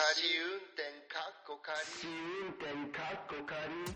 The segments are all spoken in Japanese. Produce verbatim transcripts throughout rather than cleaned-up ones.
試運転かっこ仮試運転かっこ仮。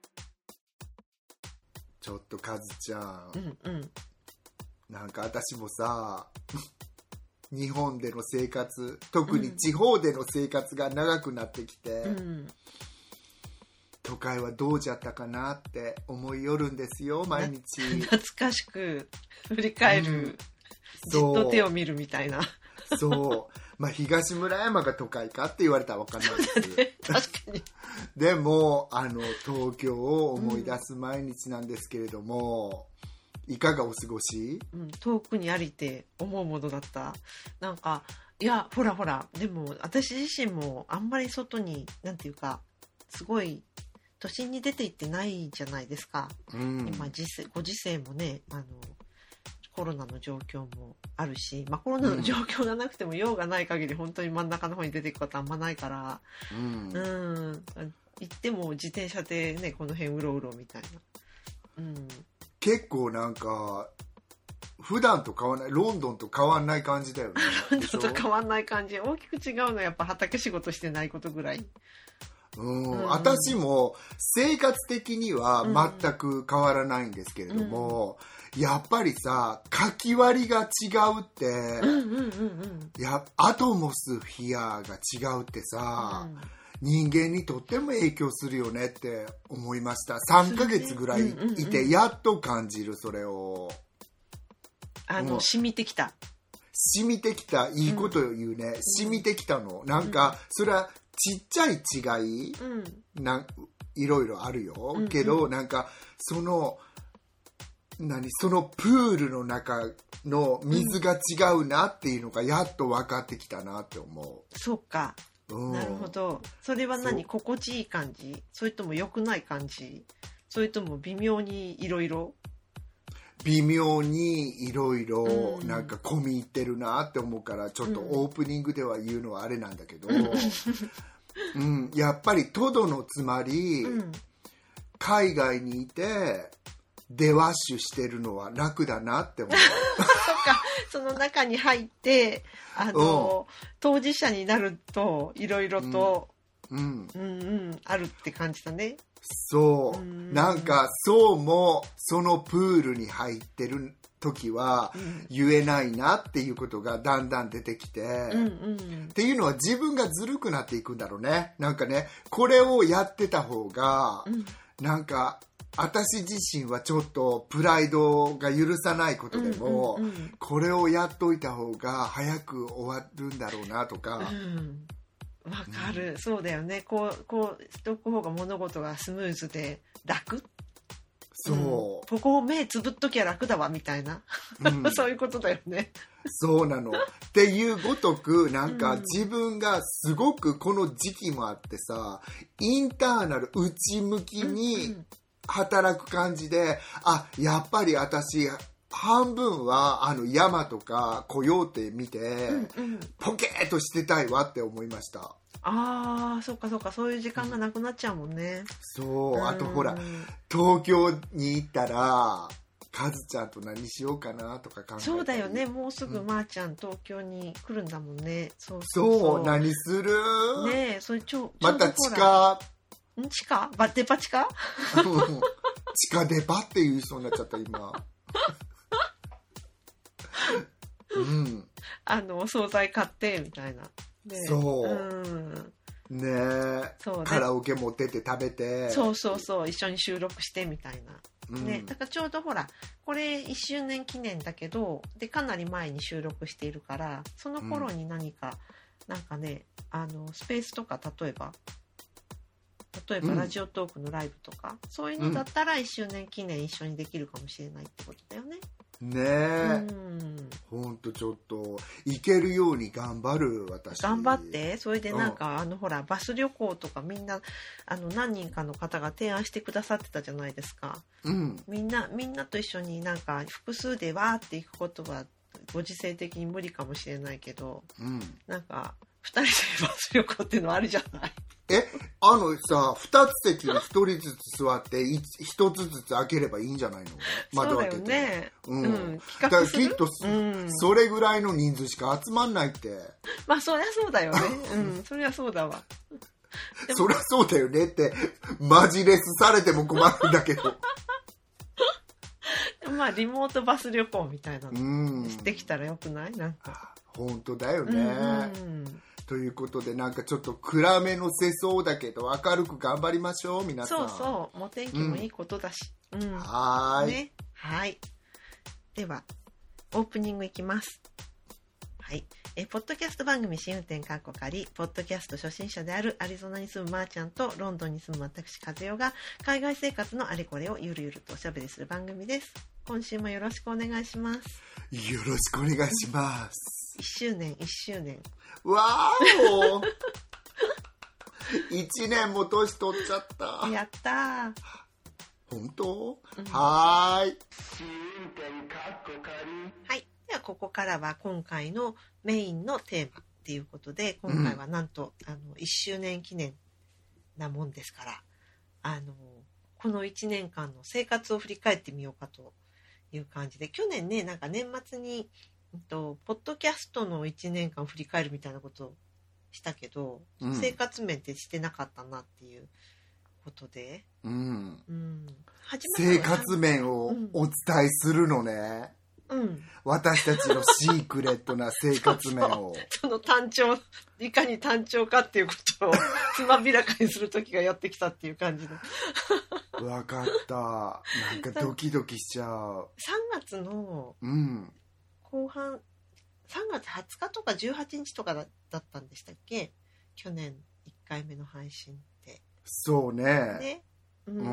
ちょっとカズちゃん、 うんうん、 なんか私もさ日本での生活、特に地方での生活が長くなってきて、うん、都会はどうじゃったかなって思いよるんですよ毎日。 懐かしく振り返る、うん、じっと手を見るみたいな。 そうまあ東村山が都会かって言われたら分かんないです、 ね、確かに。 でもあの東京を思い出す毎日なんですけれども、うん、いかがお過ごし？ うん、遠くにありて思うものだった。なんかいやほらほら、でも私自身もあんまり外になんていうかすごい都心に出て行ってないじゃないですか、うん、今時世ご時世もね、あのコロナの状況もあるし、まあ、コロナの状況がなくても用がない限り本当に真ん中の方に出ていくことはあんまないから、うん、うん行っても自転車でねこの辺うろうろみたいな、うん、 結構なんか普段と変わらない、ロンドンと変わらない感じだよね。 ロンドンと変わらない感じ。大きく違うのはやっぱ畑仕事してないことぐらい。 うんうん、私も生活的には全く変わらないんですけれども、うん、やっぱりさかき割りが違うって、うんうんうんうん、やアトモスフィアが違うってさ、うん、人間にとっても影響するよねって思いました。さんかげつぐらいいてやっと感じるそれを。 あの染みてきた染みてきたいいことを言うね、うん、染みてきたのなんかそれはちっちゃい違い、うん、ないろいろあるよ、うんうん、けどなんかその何そのプールの中の水が違うなっていうのがやっと分かってきたなって思う。 そうか、うん、なるほど。それは何心地いい感じ、それとも良くない感じ、それとも微妙にいろいろ微妙にいろいろなんか込み入ってるなって思うから、ちょっとオープニングでは言うのはあれなんだけど、うん、やっぱりトドのつまり、うん、海外にいてデワッシュしてるのは楽だなって思う。 そっか、その中に入ってあの、うん、当事者になるといろいろと、うんうんうん、あるって感じだね。 そう、うん、なんかそうもそのプールに入ってる時は言えないなっていうことがだんだん出てきて、うんうん、っていうのは自分がずるくなっていくんだろうね。なんかねこれをやってた方が、うん、なんか私自身はちょっとプライドが許さないことでも、うんうんうん、これをやっといた方が早く終わるんだろうなとか、 うんわかる、うん、そうだよね。こうこうしておく方が物事がスムーズで楽。 そう、うん、 ここを目つぶっときゃ楽だわみたいな、うん、そういうことだよね。 そうなの。っていうごとくなんか自分がすごくこの時期もあってさ、インターナル内向きに働く感じで、うんうん、あやっぱり私半分はあの山とかコヨーテ見て、うんうん、ポケーっとしてたいわって思いました。 あーそっかそっか、そういう時間がなくなっちゃうもんね、 うん、そう、あとほら東京に行ったらカズちゃんと何しようかなとか考えたり。 そうだよね、もうすぐまーちゃん東京に来るんだもんね。 そうそうそう、そう何するねえ、それちょまた地下ん地下バデパ地下地下デパって言いそうになっちゃった今うん、 あのお惣菜買ってみたいな、 ね、そう、うん、ねえそうね、カラオケ持ってって食べて、 そうそうそう、一緒に収録してみたいな、うん、ね、だからちょうどほらこれいっしゅうねん記念だけどでかなり前に収録しているから、その頃に何か、うん、なんかねあのスペースとか例えば例えばラジオトークのライブとか、うん、そういうのだったらいっしゅうねん記念一緒にできるかもしれないってことだよね。 ねえ、うん、ほんとちょっと行けるように頑張る。私頑張って。それでなんか、うん、あのほらバス旅行とかみんなあの何人かの方が提案してくださってたじゃないですか、うん、みんなみんなと一緒になんか複数でわーって行くことはご時世的に無理かもしれないけど、うん、なんかふたりでバス旅行っていうのあるじゃないえ、あのさ、二つ席に一人ずつ座って一つずつ開ければいいんじゃないの？窓開けて。 そうだよね。 うん。 うん、 だからきっと、うん、それぐらいの人数しか集まんないって。 まあそりゃそうだよね。うん、そりゃそうだわ。 そりゃそうだよねってマジレスされても困るんだけど。 まあリモートバス旅行みたいなのしてきたらよくない？なんか。 本当だよね。うん、ということでなんかちょっと暗めの世相だけど明るく頑張りましょう皆さん。 そうそう、もう天気もいいことだし。うんうん、 はーい、 ね、はい。ではオープニングいきます。はい。えポッドキャスト番組新運転かっこかり、ポッドキャスト初心者であるアリゾナに住むまーちゃんとロンドンに住む私和代が海外生活のあれこれをゆるゆるとおしゃべりする番組です。今週もよろしくお願いします。 よろしくお願いします。 いっしゅうねんいっしゅうねん。 わーおいちねんも年取っちゃった。 やったー。 本当、うん、はーい。 はい。ではここからは今回のメインのテーマっていうことで、今回はなんと、うん、あのいっしゅうねん記念なもんですから、あのこのいちねんかんの生活を振り返ってみようかという感じで、去年ね、なんか年末に、えっと、ポッドキャストのいちねんかんを振り返るみたいなことをしたけど、うん、生活面ってしてなかったなっていうことで、 うんうん、 生活面をお伝えするのね、 うん、 私たちのシークレットな生活面をそうそう、その単調、いかに単調かっていうことをつまびらかにする時がやってきたっていう感じで分かった。なんかドキドキしちゃう。 さんがつの後半、うん、さんがつはつかとかじゅうはちにちとか だ, だったんでしたっけ、去年いっかいめの配信って。 そうね。 ね、うん、うん、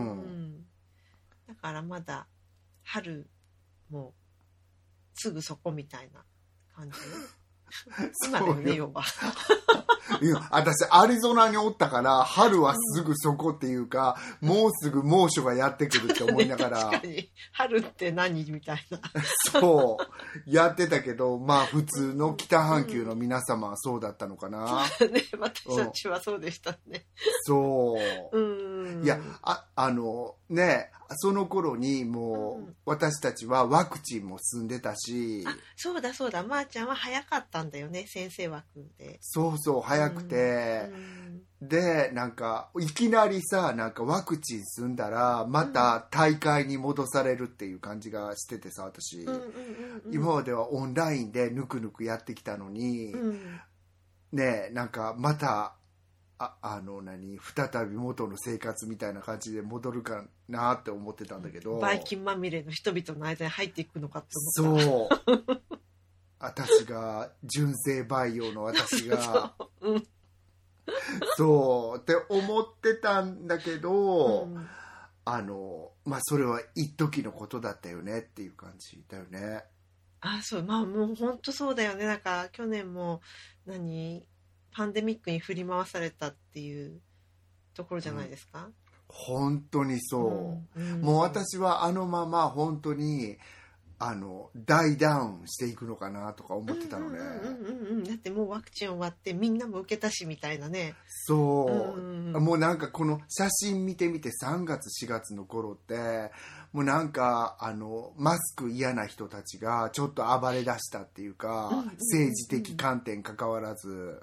だからまだ春もすぐそこみたいな感じ今だよね、要は。 いや、私アリゾナにおったから春はすぐそこっていうか、うん、もうすぐ猛暑がやってくるって思いながら、 確かに春って何みたいなそうやってたけど、まあ普通の北半球の皆様はそうだったのかな、 うん、ね、私たちはそうでしたね、うん、 そう、 うん、 いや、あ、あのね、その頃にもう、うん、私たちはワクチンも進んでたし、 あ、そうだそうだ、まーちゃんは早かったんだよね、先生枠で。 そうそう、早くて、うん、でなんかいきなりさ、なんかワクチン済んだらまた大会に戻されるっていう感じがしててさ、私、うんうんうんうん、今まではオンラインでぬくぬくやってきたのに、うん、ねえ、なんかまたあ, あの何再び元の生活みたいな感じで戻るかなって思ってたんだけど、 ばい菌まみれの人々の間に入っていくのかと思った。 そう私が純正培養の私がそう、うん、そうって思ってたんだけど、うん、あのまあそれは一時のことだったよねっていう感じだよね。 あ、そう、まあもう本当そうだよね。なんか去年も何パンデミックに振り回されたっていうところじゃないですか、うん、 本当にそう、うんうん、もう私はあのまま本当にあの大ダウンしていくのかなとか思ってたのね、うんうんうんうん、だってもうワクチン終わってみんなも受けたしみたいなね。 そう、うんうん、もうなんかこの写真見てみてさんがつしがつの頃ってもうなんかあのマスク嫌な人たちがちょっと暴れ出したっていうか、うんうんうんうん、政治的観点関わらず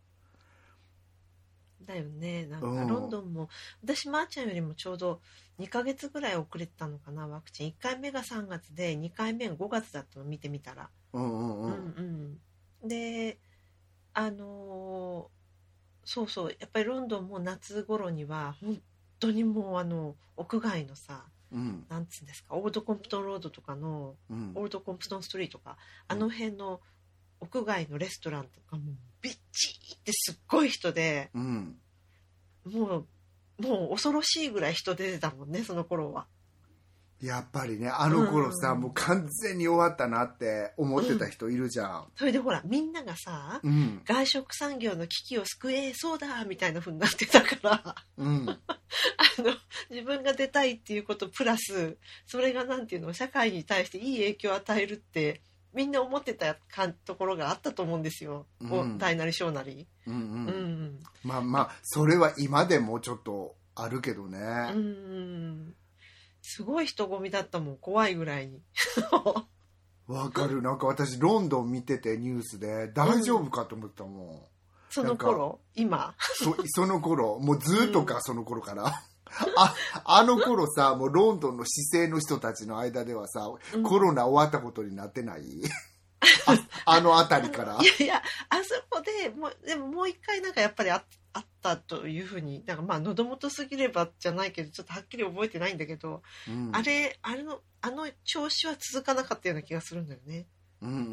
だよね。なんかロンドンも、うん、私まーちゃんよりもちょうどにかげつぐらい遅れてたのかな、ワクチン。いっかいめがさんがつでにかいめがごがつだったの見てみたら、 うんうんうんうんうん、であのー、そうそう、やっぱりロンドンも夏頃には本当にもうあの屋外のさ、うん、なんつうんですか、オールドコンプトンロードとかの、うん、オールドコンプトンストリートとか、あの辺の屋外のレストランとかもビッチーってすっごい人で、 うん、 もうもう恐ろしいぐらい人出てたもんね、その頃は。 やっぱりね、あの頃さ、うん、もう完全に終わったなって思ってた人いるじゃん、うん、 それでほらみんながさ、 うん、 外食産業の危機を救えそうだみたいな風になってたから、 うん、あの自分が出たいっていうことプラスそれがなんていうの、社会に対していい影響を与えるってみんな思ってたかところがあったと思うんですよ、うん、大なり小なり、 うんうんうん、まあまあそれは今でもちょっとあるけどね、うん、 すごい人混みだったもん、怖いぐらいにわかる。なんか私ロンドン見ててニュースで大丈夫かと思ったもん、うん、 その頃今そ, その頃もうずっとか、うん、その頃からあ, あの頃さ、もうロンドンの市政の人たちの間ではさ、うん、コロナ終わったことになってないあ, あの辺りからいやいや、あそこでもうでももう一回なんかやっぱり あ, あったというふうに、なんかまあ喉元すぎればじゃないけど、ちょっとはっきり覚えてないんだけど、うん、あれあれのあの調子は続かなかったような気がするんだよね。うんうんうん。うん、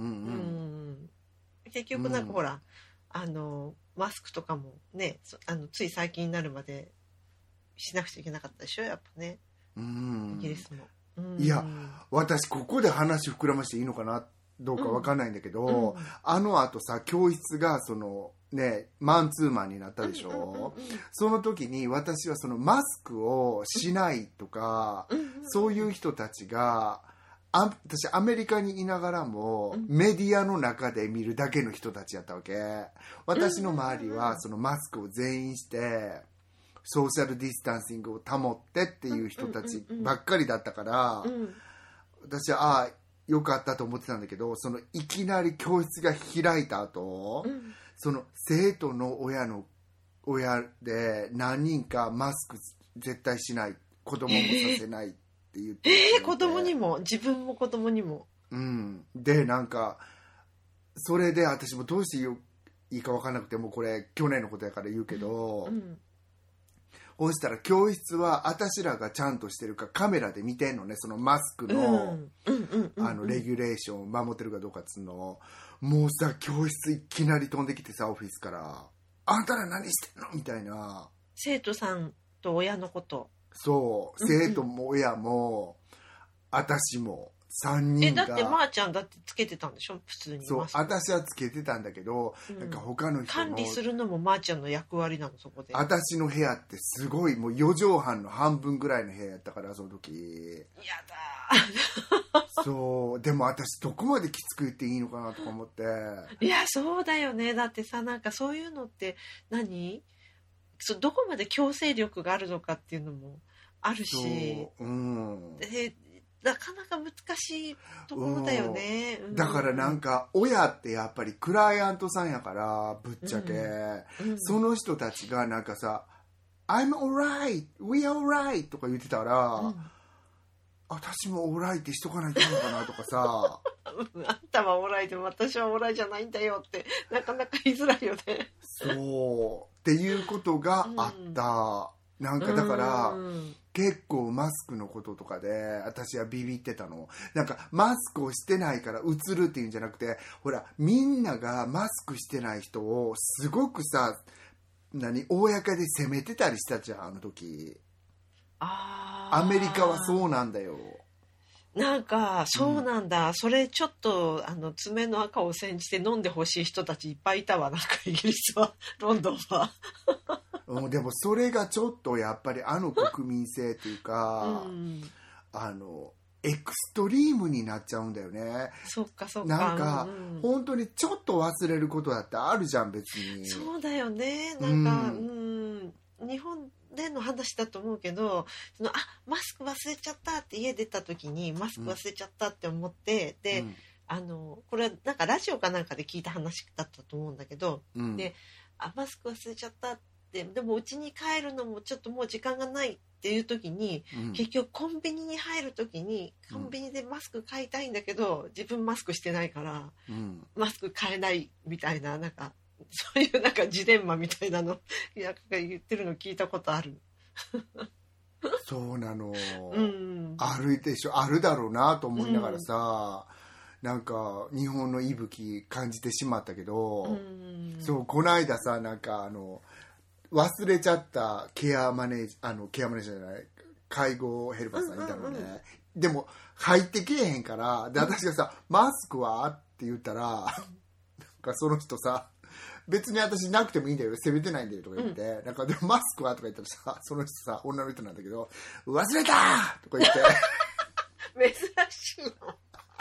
結局なんかほら、うん、あのマスクとかもね、あのつい最近になるまでしなくちゃいけなかったでしょ、やっぱね、うん、イギリスも。うん、 いや私ここで話膨らましていいのかなどうか分かんないんだけど、うんうん、あのあとさ教室がそのねマンツーマンになったでしょ、うんうんうんうん、その時に私はそのマスクをしないとか、うんうんうん、そういう人たちがあ私アメリカにいながらも、うん、メディアの中で見るだけの人たちやったわけ。私の周りはそのマスクを全員してソーシャルディスタンシングを保ってっていう人たちばっかりだったから、うんうんうん、私はああよかったと思ってたんだけど、そのいきなり教室が開いた後、うん、その生徒の親の親で何人かマスク絶対しない、子供もさせないって言ってて、 えー、子供にも自分も子供にも、 うん、でなんかそれで私もどうしていいか分からなくて、もうこれ去年のことやから言うけど、うんうんこうしたら教室は私らがちゃんとしてるかカメラで見てんのね、そのマスクのあのレギュレーションを守ってるかどうかっつうの。もうさ教室いきなり飛んできてさ、オフィスからあんたら何してんのみたいな。 生徒さんと親のこと、 そう生徒も親も、うんうん、私もさんにんが。 えだってまーちゃんだってつけてたんでしょ普通に。 そう私はつけてたんだけど、うん、なんか他の人も管理するのもまーちゃんの役割なの。そこで私の部屋ってすごいもうよ畳半の半分ぐらいの部屋やったから、その時やだそうでも私どこまできつく言っていいのかなとか思って。 いやそうだよね。だってさなんかそういうのって何そどこまで強制力があるのかっていうのもあるし、そう、うん、でなかなか難しいところだよね、 うん、だからなんか親ってやっぱりクライアントさんやからぶっちゃけ、うんうん、その人たちがなんかさ I'm alright, we alright とか言ってたら、うん、私も alright ってしとかないといけないのかなとかさあんたは alright でも私は alright じゃないんだよってなかなか言いづらいよね。 そうっていうことがあった、うん、なんかだから、うん結構マスクのこととかで私はビビってたの。なんかマスクをしてないからうつるっていうんじゃなくて、ほらみんながマスクしてない人をすごくさ何公で責めてたりしたじゃんあの時。あアメリカはそうなんだよ。 なんかそうなんだ、うん、それちょっとあの爪の赤を煎じて飲んでほしい人たちいっぱいいたわ。なんかイギリスはロンドンはうん、でもそれがちょっとやっぱりあの国民性っていうか、うん、あのエクストリームになっちゃうんだよね。 そっかそっか。 なんか、うん、本当にちょっと忘れることだってあるじゃん別に。 そうだよね。なんか、うん、うん日本での話だと思うけど、そのあマスク忘れちゃったって家出た時にマスク忘れちゃったって思って、うん、で、うん、あのこれはなんかラジオかなんかで聞いた話だったと思うんだけど、うん、であマスク忘れちゃったってでも家に帰るのもちょっともう時間がないっていう時に、うん、結局コンビニに入る時にコンビニでマスク買いたいんだけど、うん、自分マスクしてないから、うん、マスク買えないみたいななんかそういうなんかジレンマみたいなのなんか言ってるの聞いたことある。 そうなの、うん、あるでしょあるだろうなと思いながらさ、うん、なんか日本の息吹感じてしまったけど、うん、そうこの間さなんかあの忘れちゃったケアマネージあのケアマネージャーじゃない介護ヘルパーさんいたのね、うんうんうん、でも入ってけえへんからで私がさ、うん、マスクはって言ったらなんかその人さ別に私なくてもいいんだよ責めてないんだよとか言って、うん、なんかでもマスクはとか言ったらさその人さ女の人なんだけど忘れたとか言って珍しいの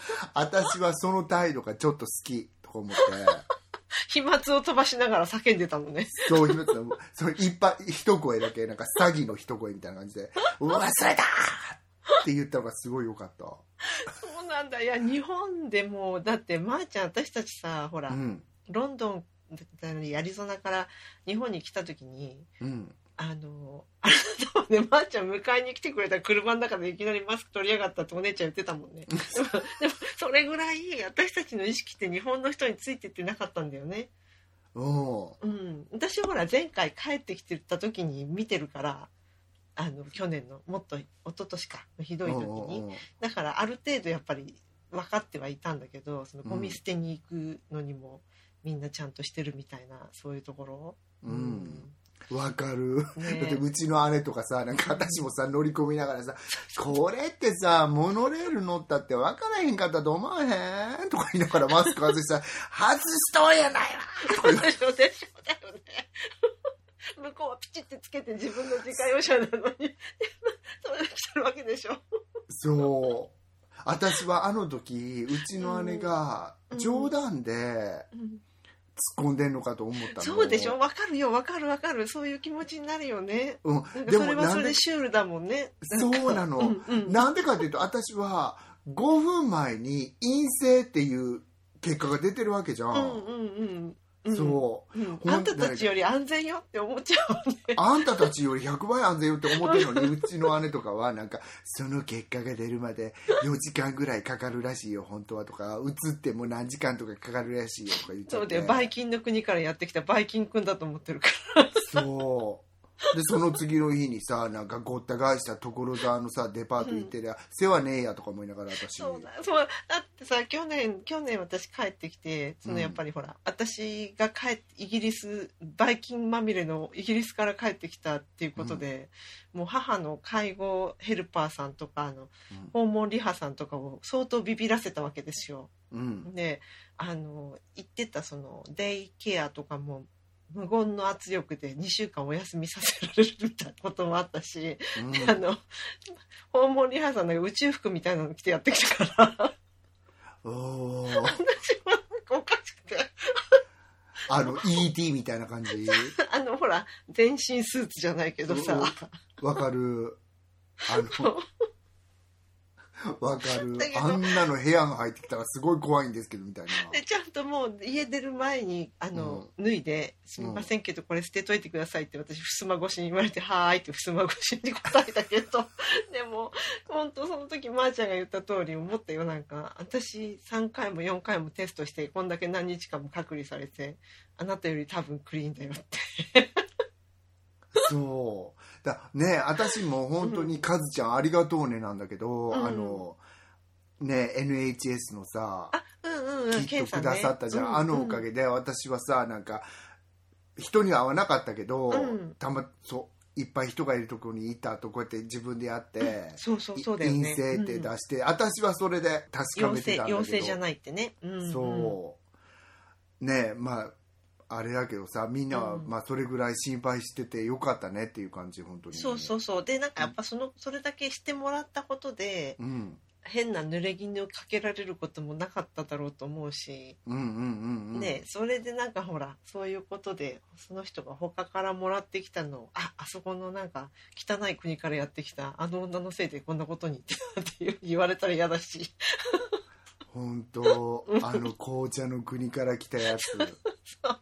私はその態度がちょっと好きとか思って飛沫を飛ばしながら叫んでたのね。 そう、飛沫のその一ぱ一声だけなんか詐欺の一声みたいな感じでうわ忘れたって言ったのがすごい良かった。 そうなんだ。いや日本でもだってまーちゃん私たちさほら、うん、ロンドンアリゾナから日本に来た時に、うん、あのあれだもんね、まーちゃん迎えに来てくれた車の中でいきなりマスク取りやがったってお姉ちゃん言ってたもんね。でも、でもそれぐらい私たちの意識って日本の人についてってなかったんだよね。お、うん、私ほら前回帰ってきてた時に見てるからあの去年のもっと一昨年かひどい時にだからある程度やっぱり分かってはいたんだけどそのゴミ捨てに行くのにもみんなちゃんとしてるみたいなそういうところ、うんうん、 わかる、ね、だってうちの姉とかさなんか私もさ乗り込みながらさこれってさモノレール乗ったって分からへんかったと思わへんとか言いながらマスク外したら外しとんやないわとか言ってでしょでしょだよね向こうはピチってつけて自分の自家用車なのにそれが来てるわけでしょ。そう私はあの時うちの姉が冗談で、うんうん突っ込んでんのかと思ったの。 そうでしょ、わかるよわかるわかる、そういう気持ちになるよね、うん、なんかそれはそれでシュールだもんね。 そうなの、うんうん、なんでかっていうと私はごふんまえに陰性っていう結果が出てるわけじゃん、うんうんうんうん、そう、うん、 あんたたちより安全よって思っちゃうね。 あんたたちよりひゃくばい安全よって思ってるのにうちの姉とかはなんかその結果が出るまでよじかんぐらいかかるらしいよ本当はとか移っても何時間とかかかるらしいよとか言っちゃって。 そうだよ、バイキンの国からやってきたバイキンくんだと思ってるからそうでその次の日にさなんかごった返した所沢のさデパート行ってりゃ、うん、世話ねえやとか思いながら私そうだそうだってさ去年去年私帰ってきてそのやっぱりほら、うん、私が帰ってイギリスバイキンまみれのイギリスから帰ってきたっていうことで、うん、もう母の介護ヘルパーさんとかあの、うん、訪問リハさんとかを相当ビビらせたわけですよ、うん、であの行ってたそのデイケアとかも無言の圧力でにしゅうかんお休みさせられるみたいなこともあったし、うん、あの訪問リハさんの宇宙服みたいなの着てやってきたからお私はなんかおかしくてあの イーティー みたいな感じあのほら全身スーツじゃないけどさわかるあのわかるあんなの部屋が入ってきたらすごい怖いんですけどみたいなでちゃんともう家出る前にあの、うん、脱いですみませんけどこれ捨てといてくださいって私襖越しに言われてはーいって襖越しに答えたけどでも本当その時まーちゃんが言った通り思ったよ。なんか私さんかいもよんかいもテストしてこんだけ何日間も隔離されてあなたより多分クリーンだよってそうだね。私も本当にカズちゃんありがとうねなんだけど、うん、あのね エヌエイチエス のさ、うんうん、キットくださったじゃん、ね、あのおかげで私はさなんか人には会わなかったけど、うん、たまそういっぱい人がいるところにいたとこうやって自分でやって、うん、 そうそうそうだよね、 陰性って出して、うん、私はそれで確かめてたんだけど陽性じゃないってね、うんうん、 そうねまああれだけどさみんなはまあそれぐらい心配しててよかったねっていう感じ本当に、ね、 そうそうそうでなんかやっぱそのそれだけしてもらったことで、うん、変な濡れ衣をかけられることもなかっただろうと思うし、うんうんうんうん、ねそれでなんかほらそういうことでその人が他からもらってきたのをああそこのなんか汚い国からやってきたあの女のせいでこんなことにって言われたら嫌だし本当あの紅茶の国から来たやつそう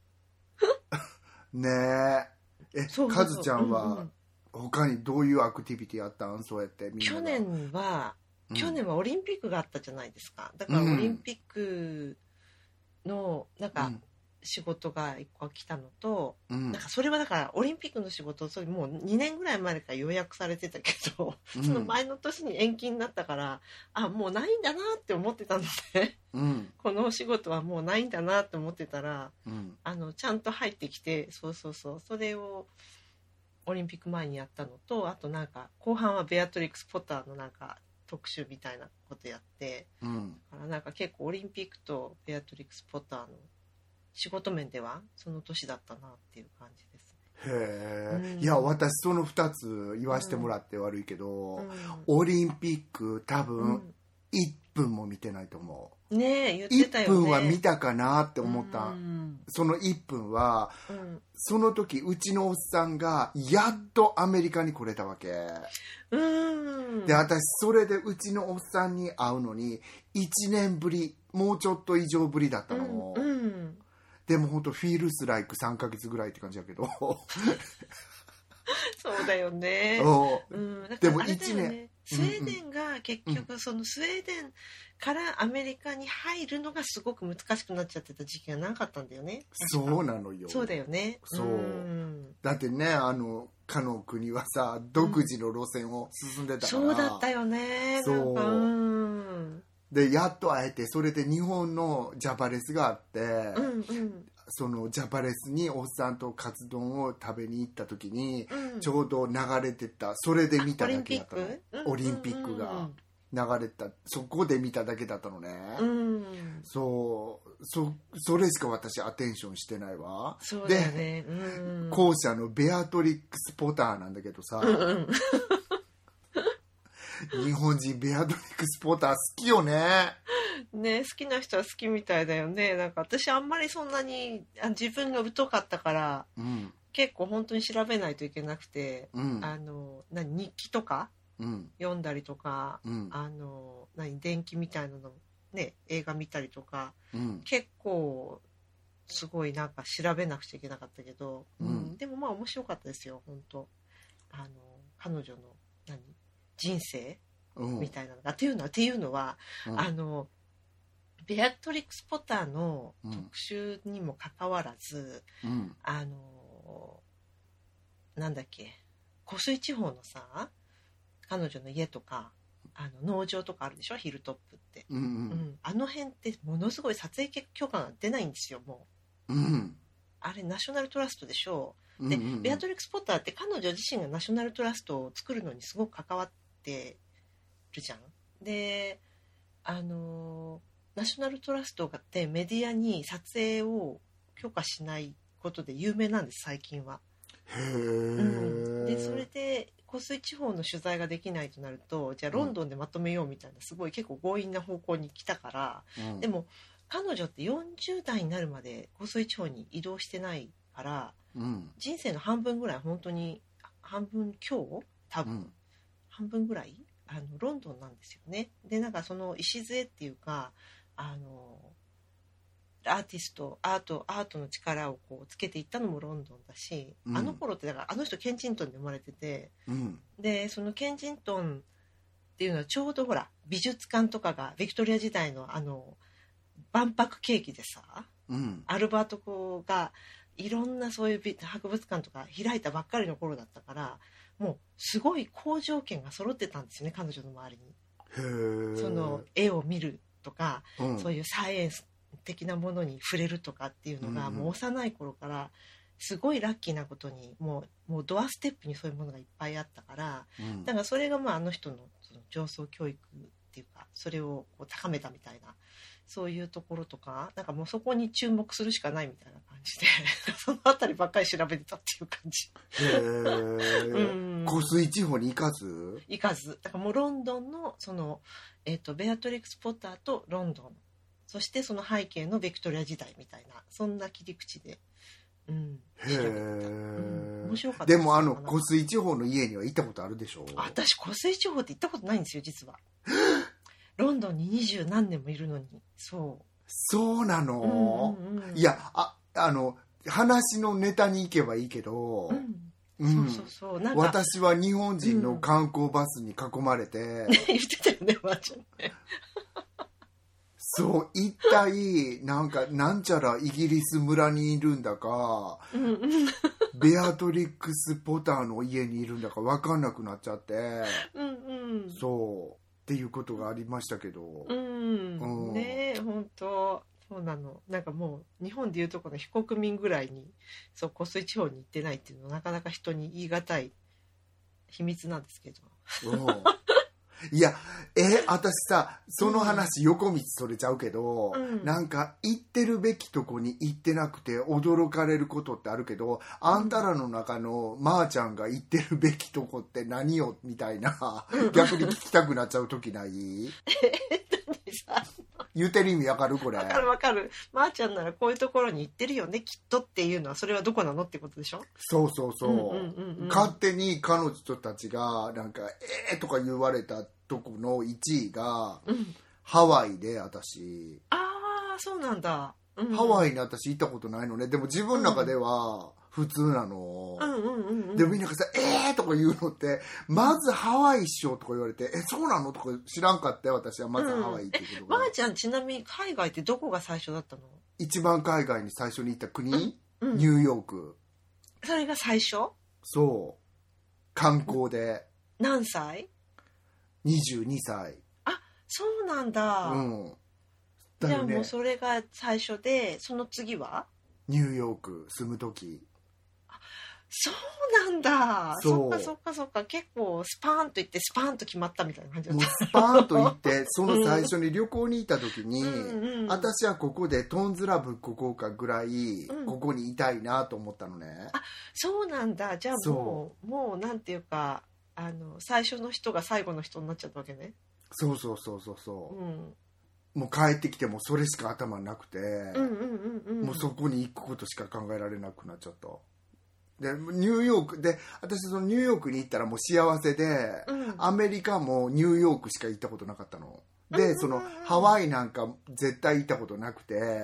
ねええそうそうそうカズちゃんは他にどういうアクティビティあったんそうやってみんな去年は、うん、去年はオリンピックがあったじゃないですか。だからオリンピックのなんか仕事がいっこ来たのと、うん、なんかそれはだからオリンピックの仕事それもうにねんぐらい前から予約されてたけど、うん、その前の年に延期になったからあもうないんだなって思ってたので、うん、このお仕事はもうないんだなって思ってたら、うん、あのちゃんと入ってきてそうそうそうそれをオリンピック前にやったのとあとなんか後半はベアトリックス・ポッターのなんか特集みたいなことやって、うん、だからなんか結構オリンピックとベアトリックス・ポッターの仕事面ではその年だったなっていう感じですね。 へえ、うん、いや私そのふたつ言わせてもらって悪いけど、うん、オリンピック多分行っぷんも見てないと思う。 ねえ、言ってたよね。 いっぷんは見たかなって思った、うん、そのいっぷんは、うん、その時うちのおっさんがやっとアメリカに来れたわけ、うん、で私それでうちのおっさんに会うのにいちねんぶり、もうちょっと以上ぶりだったの、うんうん、でも本当フィールスライクさんかげつぐらいって感じだけどそうだよね、 うん、でもいちねん、 スウェーデンが結局そのスウェーデンからアメリカに入るのがすごく難しくなっちゃってた時期がなかったんだよね。 そうなのよ。 そうだよね。 そう、うん、だってね、あのかの国はさ独自の路線を進んでたから、うん、 そうだったよね。そう、うん、 でやっと会えて、それで日本のジャパレスがあって、うんうん、そのジャパレスにおっさんとカツ丼を食べに行った時に、うん、ちょうど流れてた、それで見ただけだったの、オリンピックが流れた、そこで見ただけだったのね、うん、そうそそれしか私アテンションしてないわ。 そうだよね、うん、 で後者のベアトリックス・ポターなんだけどさ、うんうん日本人ベアトリックスポーター好きよね。 ね、好きな人は好きみたいだよね。なんか私あんまりそんなに自分が疎かったから、うん、結構本当に調べないといけなくて、うん、あの何日記とか、うん、読んだりとか、うん、あの何伝記みたいなのね、映画見たりとか、うん、結構すごいなんか調べなくちゃいけなかったけど、うんうん、でもまあ面白かったですよ本当。あの彼女の何人生みたいなのが、うん、っていうのはっていうのは、うん、あのベアトリックス・ポターの特集にもかかわらず、うん、あのなんだっけ湖水地方のさ彼女の家とかあの農場とかあるでしょ、ヒルトップって、うんうんうん、あの辺ってものすごい撮影許可が出ないんですよもう、うん、あれナショナルトラストでしょう、で、うんうんうん、ベアトリックス・ポターって彼女自身がナショナルトラストを作るのにすごく関わってるじゃん。であのナショナルトラストがってメディアに撮影を許可しないことで有名なんです最近は。 へー、うん、 でそれで湖水地方の取材ができないとなると、じゃあロンドンでまとめようみたいな、すごい結構強引な方向に来たから、うん、でも彼女ってよんじゅう代になるまで湖水地方に移動してないから、うん、人生の半分ぐらい本当に半分強多分、うん、半分ぐらいあのロンドンなんですよね。でなんかその礎っていうかあのアーティストアートアートの力をこうつけていったのもロンドンだし、うん、あの頃ってだからあの人ケンジントンで生まれてて、うん、でそのケンジントンっていうのはちょうどほら美術館とかがビクトリア時代のあの万博景気でさ、うん、アルバート校がいろんなそういう博物館とか開いたばっかりの頃だったから、もうすごい好条件が揃ってたんですよね彼女の周りに。 へー、 その絵を見るとか、うん、そういうサイエンス的なものに触れるとかっていうのが、うんうん、もう幼い頃からすごいラッキーなことにもう、もうドアステップにそういうものがいっぱいあったから、うん、だからそれがまああの人のその上層教育っていうかそれをこう高めたみたいなそういうところとか、なんかもうそこに注目するしかないみたいな感じでそのあたりばっかり調べてたっていう感じ。 へー、湖水地方に行かず行かずだからもうロンドンのその、えーと、ベアトリックス・ポッターとロンドン、そしてその背景のビクトリア時代みたいなそんな切り口で、うん、 へー、うん、 面白かったです。でもあの湖水地方の家には行ったことあるでしょ。 私湖水地方って行ったことないんですよ実はロンドンに二十何年もいるのに。そうそうなの、うんうんうん、いや あ, あの話のネタに行けばいいけど、うんうん、そうそうそう、なんか私は日本人の観光バスに囲まれて、うん、 言ってたよねばあちゃんねそう一体なんかなんちゃらイギリス村にいるんだか、うんうん、ベアトリックス・ポターの家にいるんだか分かんなくなっちゃって、うんうん、そうっていうことがありましたけど、うん、 うん、ねえ本当そうなの。なんかもう日本でいうとこの非国民ぐらいにそう湖水地方に行ってないっていうのはなかなか人に言い難い秘密なんですけど、うん、 いやえ私さその話横道それちゃうけど、うん、なんか行ってるべきとこに行ってなくて驚かれることってあるけど、あんたらの中のまーちゃんが行ってるべきとこって何よみたいな逆に聞きたくなっちゃう時ない？ さ。 言ってる意味わかるこれ。 わかるわかる。まー、あ、ちゃんならこういうところに行ってるよねきっとっていうのはそれはどこなのってことでしょ。 そうそうそう。うんうんうんうん、勝手に彼女たちがなんかえーとか言われたとこのいちいが、うん、ハワイで私。 ああそうなんだ。 うん、ハワイに私行ったことないのね。でも自分の中では普通なの、うんうんうんうん、でもみんながさえーとか言うのってまずハワイっしょとか言われて、えそうなのとか知らんかったよ私は。まずハワイっていうことが、 うん、まー、あ、ちゃんちなみに海外ってどこが最初だったの？ 一番海外に最初に行った国、うんうん、ニューヨーク。 それが最初？ そう観光で。 何歳？ にじゅうにさい。 あそうなんだ、うんだね、じゃあもうそれが最初で、その次はニューヨーク住む時。 あそうなんだ。そっかそっかそっか。結構スパーンと行ってスパーンと決まったみたいな感じだった。 もうスパーンと行ってその最初に旅行に行った時に、うんうん、私はここでトンズラぶっここうかぐらい、うん、ここにいたいなと思ったのね。 あそうなんだ。じゃあもうもうなんていうかあの最初の人が最後の人になっちゃったわけね。 そうそうそうそうそう、うんもう帰ってきてもそれしか頭なくて、うんうんうんうん、もうそこに行くことしか考えられなくなっちゃった。でニューヨークで私そのニューヨークに行ったらもう幸せで、うん、アメリカもニューヨークしか行ったことなかったので、うんうんうん、そのハワイなんか絶対行ったことなくて、うん、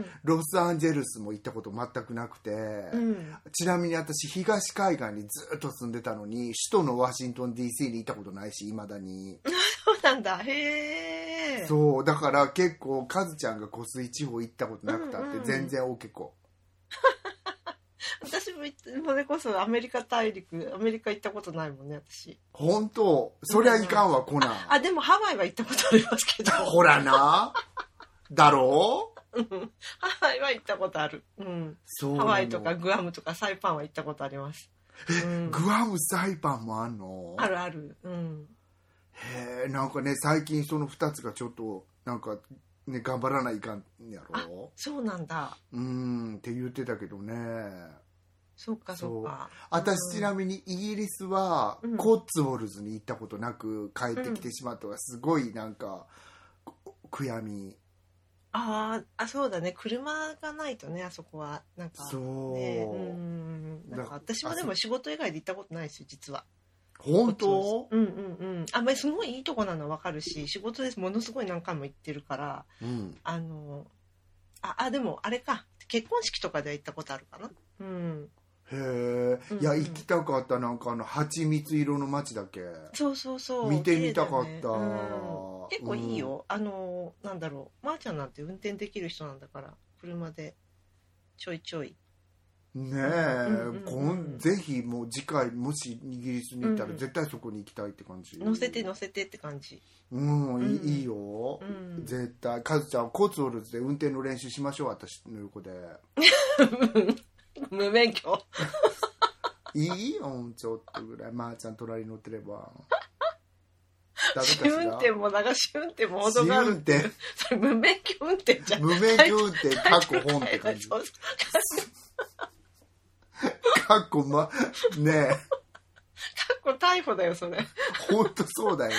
ロスアンジェルスも行ったこと全くなくて、うん、ちなみに私東海岸にずっと住んでたのに首都のワシントン ディーシー に行ったことないし未だに。 そうなんだ。へえ。 そうだから結構カズちゃんが湖水地方行ったことなくたって全然大結構、 うんうん、私もそれこそアメリカ大陸アメリカ行ったことないもんね私。 本当そりゃいかんわコナン。 あでもハワイは行ったことありますけど。 ほらなだろうハワイは行ったことある、うん、そうハワイとかグアムとかサイパンは行ったことあります。 え、うん、グアムサイパンもあんの？ あるある、うん、 へえなんかね最近そのふたつがちょっとなんかね頑張らないかんやろ。 あそうなんだ。 うんって言ってたけどね。 そうかそうか。 私ちなみにイギリスはコッツウォルズに行ったことなく帰ってきてしまったのがすごいなんか悔やみ。 ああそうだね車がないとねあそこはなんか、ね、そううんなんか私もでも仕事以外で行ったことないですよ実は。 本当？ うんうんうんあんまりすごいいいとこなの分かるし仕事ですものすごい何回も行ってるから、うん、あの あ, あでもあれか結婚式とかで行ったことあるかな。うんへえ、うんうん、いや行きたかった。なんかあの蜂蜜色の街だけそうそうそう見てみたかった、ねうん、 結構いいよ、うん、あのなんだろうまーちゃんなんて運転できる人なんだから車でちょいちょいねえ、うんうんうん、ぜひもう次回もしイギリスに行ったら絶対そこに行きたいって感じ、 うん、乗せて乗せてって感じ。 うん、うん、い, いいよ、うん、絶対カズちゃんコツウォルズで運転の練習しましょう私の横で無免許いいよちょっとぐらいまーちゃん隣に乗ってれば試運転も流し運転も程がある。試運転それ無免許運転じゃん。 無免許運転かっこ本って感じかっこまねえかっこ逮捕だよそれ。 ほんとそうだよ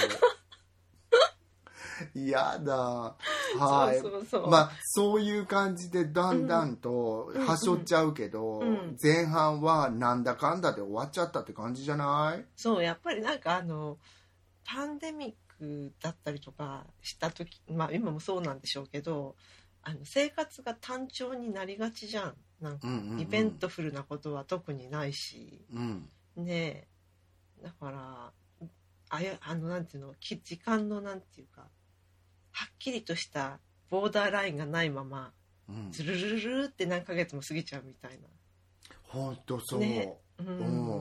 やだはいそうそうそうまあそういう感じでだんだんとはしょっちゃうけど、うんうん、前半はなんだかんだで終わっちゃったって感じじゃない？ そうやっぱりなんかあのパンデミックだったりとかした時まあ今もそうなんでしょうけどあの生活が単調になりがちじゃん。なんかイベントフルなことは特にないし、うんうん、ねえだからあやあのなんていうの時間のなんていうかはっきりとしたボーダーラインがないまま、うん、ズルルルルって何ヶ月も過ぎちゃうみたいな。 ほんとそう、ねうん、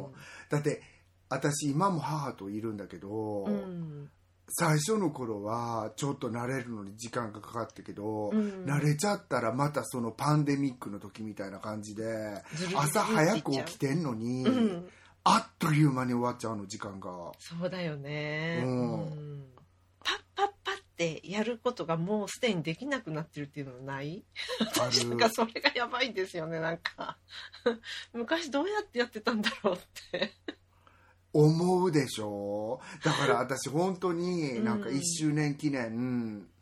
だって私今も母といるんだけど、うん、最初の頃はちょっと慣れるのに時間がかかったけど、うん、慣れちゃったらまたそのパンデミックの時みたいな感じで朝早く起きてんのに、うん、あっという間に終わっちゃうの時間が。 そうだよね、うんうん、パッパッパッってやることがもうすでにできなくなってるっていうのはない？私なんかそれがやばいんですよね。なんか昔どうやってやってたんだろうって思うでしょ。だから私本当になんかいっしゅうねん記念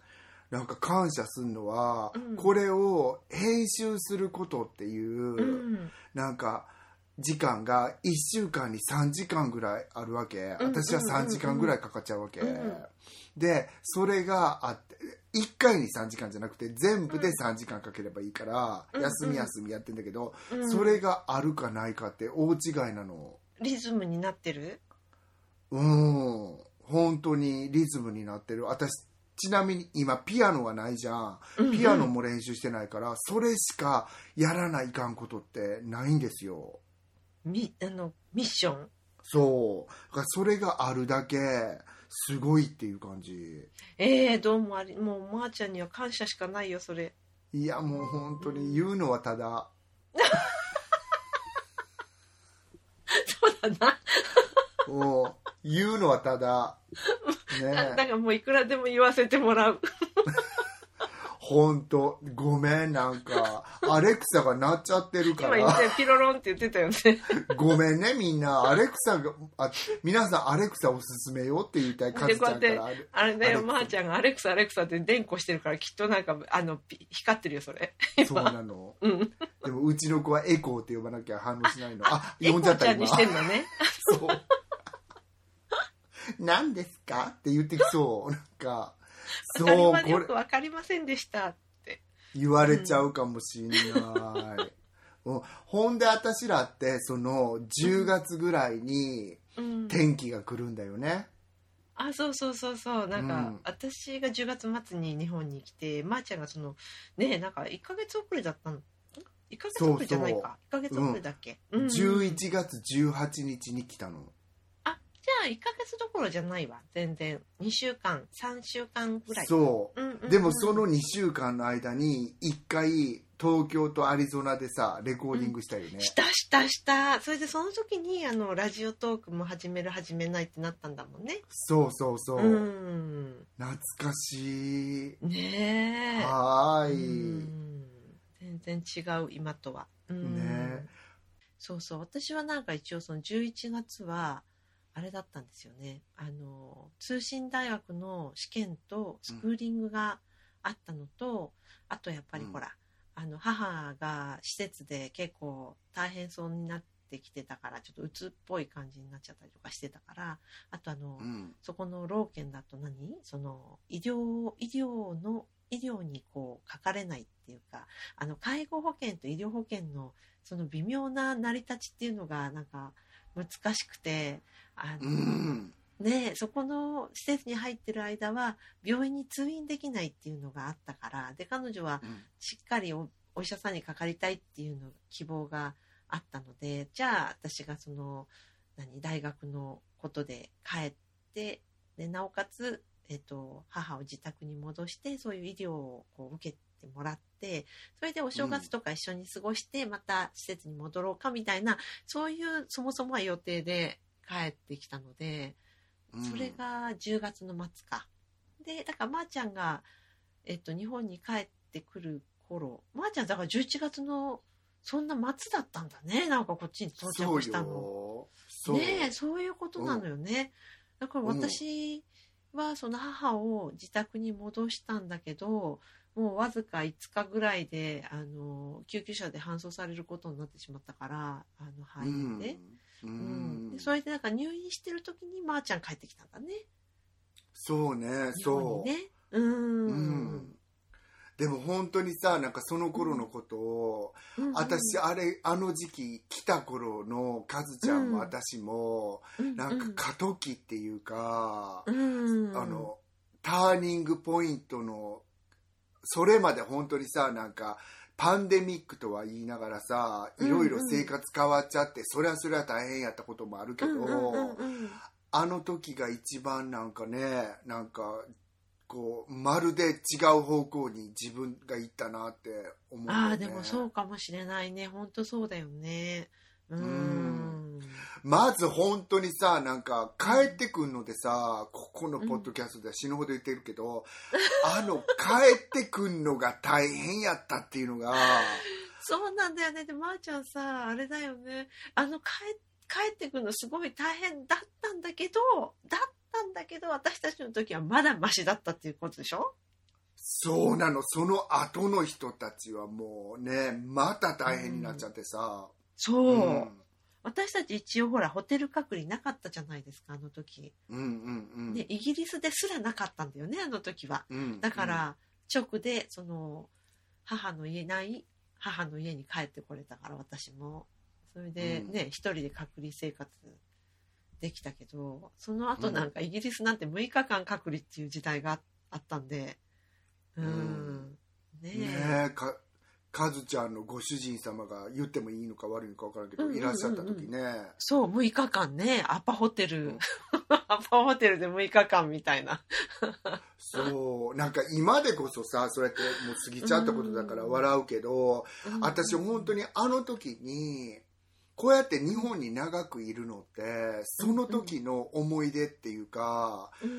なんか感謝するのは、 うん、 これを編集することっていう、うん、なんか時間がいっしゅうかんにさんじかんぐらいあるわけ。私はさんじかんぐらいかかっちゃうわけ、うんうんうん、でそれがあっていっかいにさんじかんじゃなくて全部でさんじかんかければいいから、うん、休み休みやってんだけど、うん、それがあるかないかって大違いなの。 リズムになってる？ うん、本当にリズムになってる。私ちなみに今ピアノがないじゃん、うんうん、ピアノも練習してないからそれしかやらないかんことってないんですよ。 ミ、あのミッション。 そうだからそれがあるだけすごいっていう感じ。 えー、どうもあり、もうまーちゃんには感謝しかないよそれ。 いやもう本当に言うのはただそうだなもう言うのはただね、だからもういくらでも言わせてもらう本当ごめん、なんかアレクサが鳴っちゃってるから今言ってピロロンって言ってたよねごめんねみんな。アレクサがあ皆さんアレクサおすすめよって言いたい。カズちゃんからあれだよ、まーちゃんがアレクサアレクサって連呼してるからきっとなんかあの光ってるよそれそうなの、 うん、 でもうちの子はエコーって呼ばなきゃ反応しないの。あ呼んじゃった今。 エコーちゃんにしてんのねそう何ですかって言ってきそうなんかそうこれよく分かりませんでしたって言われちゃうかもしんない、うん、ほんで私らってそのじゅうがつぐらいに天気が来るんだよね、 うん、あそうそうそうそうなんか、うん、私がじゅうがつ末に日本に来てまーちゃんがそのねなんかいっかげつ遅れだったの。いっかげつ遅れじゃないか。そうそういっかげつ遅れだっけ、 うんうん、じゅういちがつじゅうはちにちに来たの。 じゃあいっかげつどころじゃないわ。全然にしゅうかんさんしゅうかんぐらい。 そう、うんうんうん、でもそのにしゅうかんの間にいっかい東京とアリゾナでさレコーディングしたよね、 うん、したしたしたそれでその時にあのラジオトークも始める始めないってなったんだもんね。 そうそうそう、うん、懐かしいねえ。 はーい、 全然違う今とは、うん、ね。そうそう私はなんか一応そのじゅういちがつはあれだったんですよね。あの通信大学の試験とスクーリングがあったのと、うん、あとやっぱりほら、うん、あの母が施設で結構大変そうになってきてたからちょっと鬱っぽい感じになっちゃったりとかしてたから、あとあの、うん、そこの老犬だと何その医療医療の医療にこうかかれないっていうかあの介護保険と医療保険のその微妙な成り立ちっていうのがなんか難しくてあの、うんね、そこの施設に入ってる間は病院に通院できないっていうのがあったからで彼女はしっかり お, お医者さんにかかりたいっていうの希望があったのでじゃあ私がその何大学のことで帰ってでなおかつ、えっと、母を自宅に戻してそういう医療をこう受けてもらってそれでお正月とか一緒に過ごしてまた施設に戻ろうかみたいな、うん、そういうそもそもは予定で帰ってきたのでそれがじゅうがつの末かでだからまーちゃんが、えっと、日本に帰ってくる頃まーちゃんだからじゅういちがつのそんな末だったんだねなんかこっちに到着したのそうねえそういうことなのよね、うん、だから私はその母を自宅に戻したんだけどもうわずかいつかぐらいであの救急車で搬送されることになってしまったからあの肺炎で、うんうん、でそれでなんか入院してる時にまーちゃん帰ってきたんだね。 そうねそうねうん、うん、でも本当にさなんかその頃のことを、うん、私あれあの時期来た頃のカズちゃんも私も、うん、なんか過渡期っていうか、うん、あのターニングポイントのそれまで本当にさなんかパンデミックとは言いながらさいろいろ生活変わっちゃって、うんうん、それはそれは大変やったこともあるけど、うんうんうんうん、あの時が一番なんかねなんかこうまるで違う方向に自分が行ったなって思う、ね、 ああでもそうかもしれないね本当そうだよねうーんうんまず本当にさなんか帰ってくんのでさここのポッドキャストでは死ぬほど言ってるけど、うん、あの帰ってくんのが大変やったっていうのがそうなんだよねでまーちゃんさあれだよねあの帰帰ってくるのすごい大変だったんだけどだったんだけど私たちの時はまだマシだったっていうことでしょ。 そうなの。その後の人たちはもうね、また大変になっちゃってさ、 うん、そう、うん、私たち一応ほらホテル隔離なかったじゃないですか、あの時、 うんうんうん、 でイギリスですらなかったんだよね、あの時は、うん、だから直でその母の家ない母の家に帰ってこれたから、私もそれでね、うん、一人で隔離生活できたけど、その後なんかイギリスなんてむいかかん隔離っていう時代があったんで、うん、うん、 ねえ、ねえかカズちゃんのご主人様が言ってもいいのか悪いのか分からんけど、うんうんうんうん、いらっしゃった時ね、 そうむいかかんね、アパホテル、うん、アパホテルでむいかかんみたいなそうなんか今でこそさ、そうやってもう過ぎちゃったことだから笑うけど、うん、私本当にあの時にこうやって日本に長くいるのってその時の思い出っていうか、うんうん、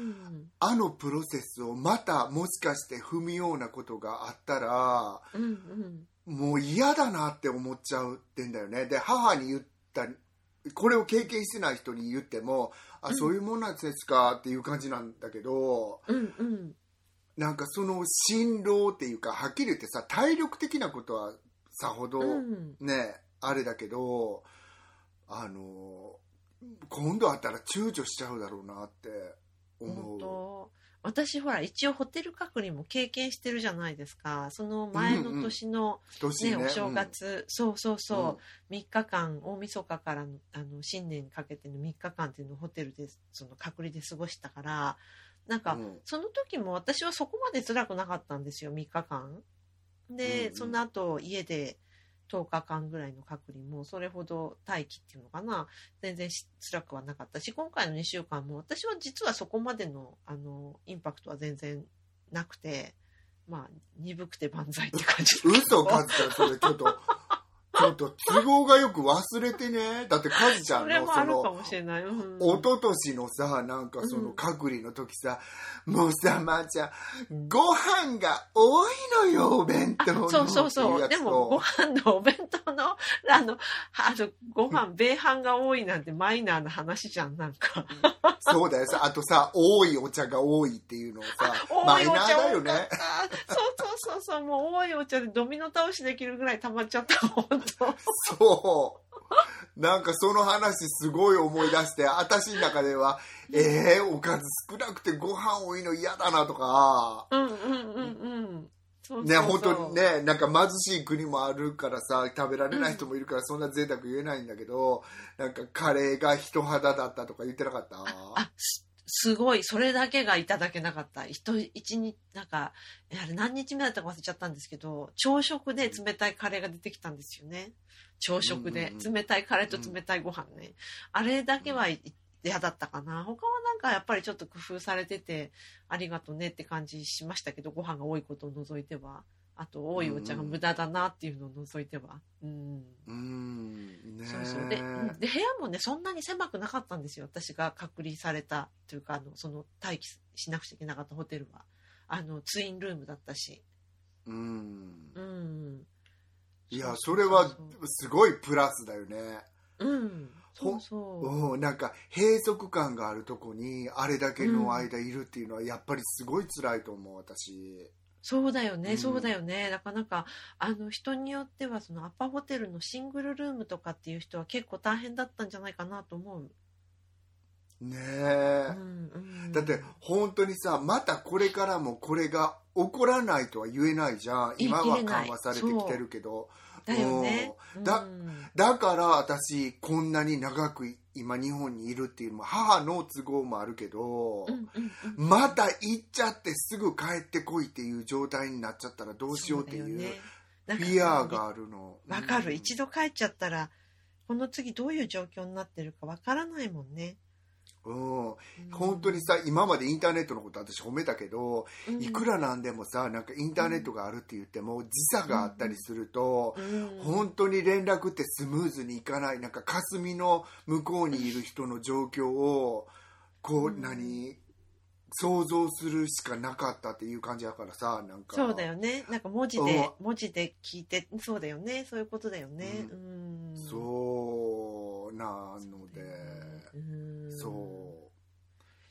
あのプロセスをまたもしかして踏むようなことがあったら、うんうん、もう嫌だなって思っちゃうってんだよね。で母に言った、これを経験してない人に言っても、あ、うん、そういうもんなんですかっていう感じなんだけど、うんうん、なんかその辛労っていうか、はっきり言ってさ、体力的なことはさほどね、うんあれだけど、あの今度あったら躊躇しちゃうだろうなって思う。 本当、私ほら一応ホテル隔離も経験してるじゃないですか。その前の年の、ね、うんうん、お正月、うん、そうそうそう、うん、みっかかん大晦日からの、あの新年にかけてのみっかかんっていうのをホテルでその隔離で過ごしたから、なんか、うん、その時も私はそこまで辛くなかったんですよ、みっかかんで、うんうん、その後家でとおかかんぐらいの隔離もそれほど待機っていうのかな、全然辛くはなかったし、今回のにしゅうかんも私は実はそこまでの、あのインパクトは全然なくて、まあ鈍くて万歳って感じ。 嘘かずちゃん、それちょっとちょっと都合がよく忘れてね。だってカズちゃんのそのそれもあるかもしれない、うん、一昨年のさ、なんかその隔離の時さ、うん、もうさ、まーちゃんご飯が多いのよ、お弁当の。 そうそうそう、でもご飯のお弁当のあのあのご飯米飯が多いなんてマイナーな話じゃん、なんかそうだよさ、あとさ、多いお茶が多いっていうのをさ、マイナーだよね。 そうそうそうそう、もう多いお茶でドミノ倒しできるぐらい溜まっちゃったもん。 そうなんかその話すごい思い出して、私の中ではえー、おかず少なくてご飯多いの嫌だなとか、うんうんうんうんそうそうそうね、本当にね、なんか貧しい国もあるからさ、食べられない人もいるからそんな贅沢言えないんだけど、うん、なんかカレーが人肌だったとか言ってなかった？ああすごい、それだけがいただけなかった。一日、なんか、あれ何日目だったか忘れちゃったんですけど、朝食で冷たいカレーが出てきたんですよね。朝食で。冷たいカレーと冷たいご飯ね。うん、あれだけは嫌だったかな。他はなんかやっぱりちょっと工夫されてて、ありがとうねって感じしましたけど、ご飯が多いことを除いては。あと、多いお茶が無駄だなっていうのを除いては。うん。うん。ね、そうそうで。で、部屋もね、そんなに狭くなかったんですよ。私が隔離されたというか、あの、その、待機しなくちゃいけなかったホテルは。あの、ツインルームだったし。うん。うん。 いや、それは、すごいプラスだよね。 うん。そうそう。 うん、なんか、閉塞感があるとこに、あれだけの間いるっていうのは、やっぱりすごい辛いと思う、私。 そうだよね、うん、そうだよね。だからなんかあの人によってはそのアパホテルのシングルルームとかっていう人は結構大変だったんじゃないかなと思う。 ねえ、うんうん、だって本当にさ、またこれからもこれが起こらないとは言えないじゃん。今は緩和されてきてるけど。 だよね、 うん、だ, だから私こんなに長く今日本にいるっていうのも母の都合もあるけど、うんうんうん、また行っちゃってすぐ帰ってこいっていう状態になっちゃったらどうしようっていうフィアがあるの。 わかる、うん、一度帰っちゃったらこの次どういう状況になってるかわからないもんね。 うん、本当にさ、今までインターネットのこと私褒めたけど、うん、いくらなんでもさ、なんかインターネットがあるって言っても、うん、時差があったりすると、うん、本当に連絡ってスムーズにいかない。なんか霞の向こうにいる人の状況をこう、うん、何想像するしかなかったっていう感じだからさ、なんかそうだよね。なんか文字で文字で聞いて、そうだよね、そういうことだよね。うん、 うん、そうなので、うん、そう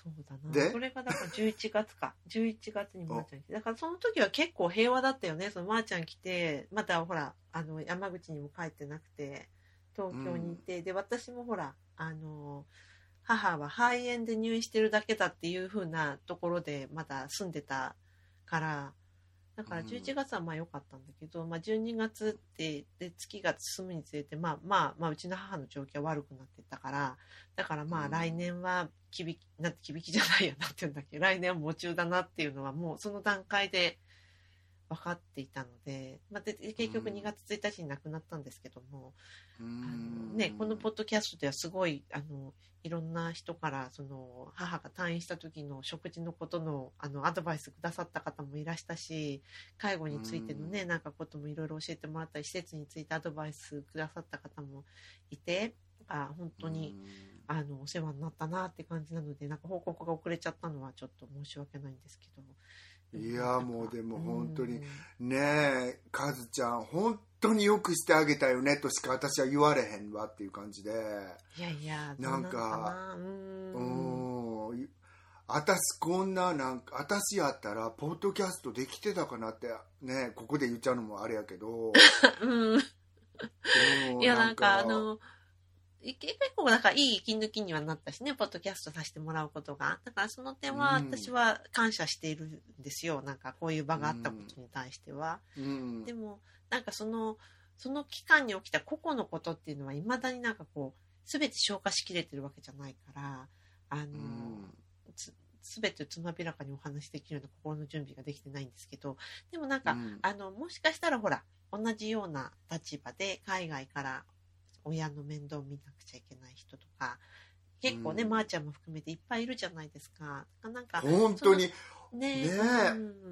そうだな。それがだからじゅういちがつか。じゅういちがつにまーちゃん来て。だからその時は結構平和だったよね。そのまーちゃん来て、またほら、あの、山口にも帰ってなくて、東京にいて、うん、で、私もほら、あの、母は肺炎で入院してるだけだっていう風なところでまだ住んでたから、だからじゅういちがつはまあ良かったんだけど、うん、まあじゅうにがつってで月が進むにつれて、まあまあまあうちの母の状況は悪くなってったから、だからまあ来年はきびき、なんてきびきじゃないやなって言うんだっけ、来年は喪中だなっていうのはもうその段階で分かっていたので、まあ、で結局にがつついたちに亡くなったんですけども、うん、あのね、このポッドキャストではすごいあのいろんな人からその母が退院した時の食事のことの、あのアドバイスくださった方もいらしたし、介護についてのね、なんかこともいろいろ教えてもらったり、施設についてアドバイスくださった方もいて、あ本当にあのお世話になったなって感じなので、なんか報告が遅れちゃったのはちょっと申し訳ないんですけど。 いやもうでも本当に、うん、ねえカズちゃん本当によくしてあげたよねとしか私は言われへんわっていう感じで、 いやいやなんかうんうん私こんななんか私やったらポッドキャストできてたかなってね、ここで言っちゃうのもあれやけど、 うん、いやなんかあの結構なんかいい息抜きにはなったしね、ポッドキャストさせてもらうことが。だからその点は私は感謝しているんですよ。うん、なんかこういう場があったことに対しては。うん、でもなんかその、その期間に起きた個々のことっていうのは未だになんかこう、すべて消化しきれてるわけじゃないから、あの、うん、すべてつまびらかにお話しできるような心の準備ができてないんですけど、でもなんか、うん、あの、もしかしたらほら、同じような立場で海外から親の面倒を見なくちゃいけない人とか結構ね、うん、まーちゃんも含めていっぱいいるじゃないですか。なんか本当にね、ね、うん、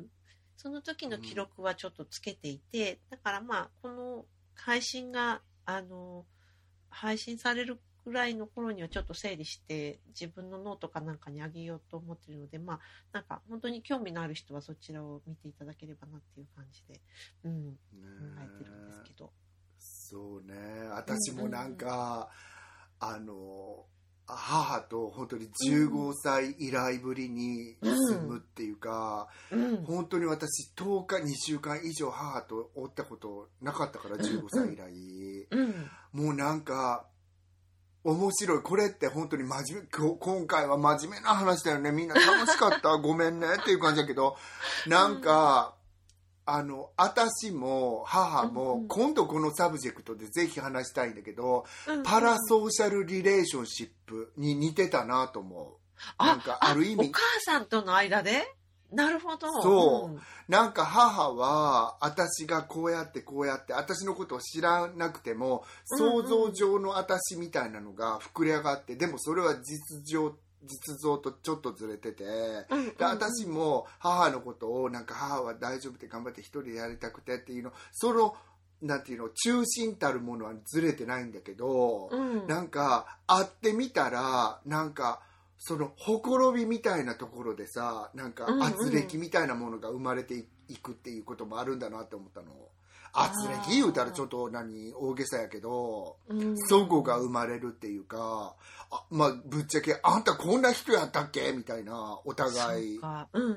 その時の記録はちょっとつけていて、だからまあこの配信があの配信されるぐらいの頃にはちょっと整理して自分のノートかなんかにあげようと思ってるので、まあなんか本当に興味のある人はそちらを見ていただければなっていう感じで、うん、考えてるんですけど。 そうね、私もなんか、うんうん、あの母と本当にじゅうごさい以来ぶりに住むっていうか、うんうん、本当に私とおかにしゅうかん以上母とおったことなかったからじゅうごさい以来、うん、もうなんか面白い、これって本当に真面目、今回は真面目な話だよね、みんな楽しかったごめんねっていう感じだけど、なんか、うんあの私も母も今度このサブジェクトでぜひ話したいんだけど、うんうん、パラソーシャルリレーションシップに似てたなと思う。なんかある意味お母さんとの間でなるほど。 そう、うん、なんか母は私がこうやってこうやって私のことを知らなくても想像上の私みたいなのが膨れ上がって、でもそれは実情実像とちょっとずれてて、うんうんうん、で私も母のことをなんか母は大丈夫って頑張って一人でやりたくてっていうの、そのなんていうの中心たるものはずれてないんだけど、うん、なんか会ってみたらなんかそのほころびみたいなところでさ、なんか圧力みたいなものが生まれていくっていうこともあるんだなって思ったの。圧力言うたらちょっと何大げさやけど、うん、そこが生まれるっていうか、あまあぶっちゃけあんたこんな人やったっけみたいな、お互い。 そうか、うんうん、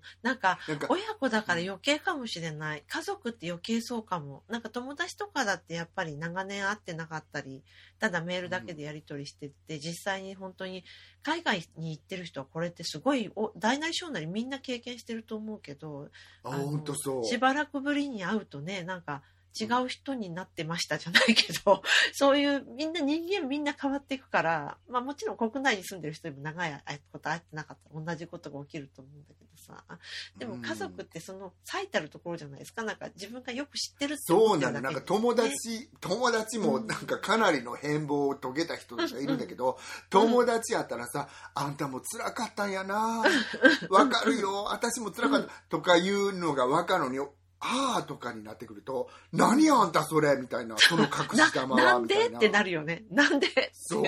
なんか親子だから余計かもしれない、家族って余計そうかも。なんか友達とかだってやっぱり長年会ってなかったり、ただメールだけでやり取りしてて、うん、実際に本当に海外に行ってる人はこれってすごいお大なり小なりみんな経験してると思うけど、 ああ本当そう、 しばらくぶりに会うとね、なんか違う人になってましたじゃないけど、そういうみんな人間みんな変わっていくから、まあもちろん国内に住んでる人でも長いこと会ってなかったら同じことが起きると思うんだけどさ、でも家族ってその最たるところじゃないですか。なんか自分がよく知ってるって思ってるだけで、ね、そうなの。なんか友達友達もなんかかなりの変貌を遂げた人がいるんだけど、うん、友達やったらさ、あんたも辛かったんやな、わかるよ私も辛かったとかいうのがわかるのに、あーとかになってくると、何あんたそれみたいな、その隠し玉はみたいな。 なんでってなるよね。なんでそう